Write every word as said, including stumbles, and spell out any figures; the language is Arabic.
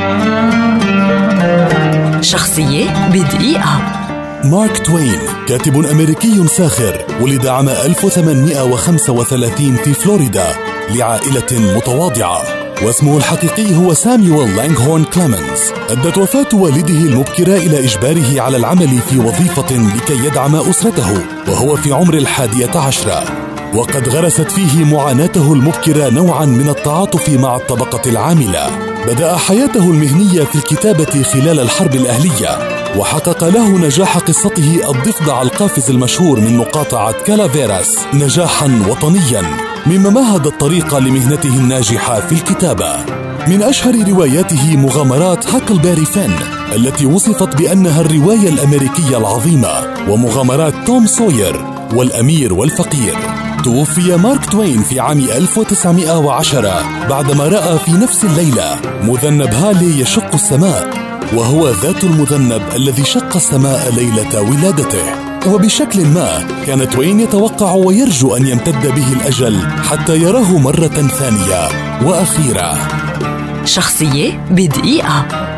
شخصية بدقيقة. مارك توين كاتب أمريكي ساخر، ولد عام ألف وثمانمائة وخمسة وثلاثين في فلوريدا لعائلة متواضعة، واسمه الحقيقي هو سامويل لانغهورن كليمنز. أدت وفاة والده المبكرة إلى إجباره على العمل في وظيفة لكي يدعم أسرته وهو في عمر الحادية عشرة، وقد غرست فيه معاناته المبكرة نوعا من التعاطف مع الطبقة العاملة. بدأ حياته المهنية في الكتابة خلال الحرب الأهلية، وحقق له نجاح قصته الضفدع القافز المشهور من مقاطعة كالافيراس نجاحا وطنيا، مما مهد الطريق لمهنته الناجحة في الكتابة. من أشهر رواياته مغامرات هاكلبيري فين التي وصفت بأنها الرواية الأمريكية العظيمة، ومغامرات توم سوير والأمير والفقير. توفي مارك توين في عام ألف وتسعمائة وعشرة بعدما رأى في نفس الليلة مذنب هالي يشق السماء، وهو ذات المذنب الذي شق السماء ليلة ولادته. وبشكل ما كان توين يتوقع ويرجو أن يمتد به الأجل حتى يراه مرة ثانية وأخيرة. شخصية بدقيقة.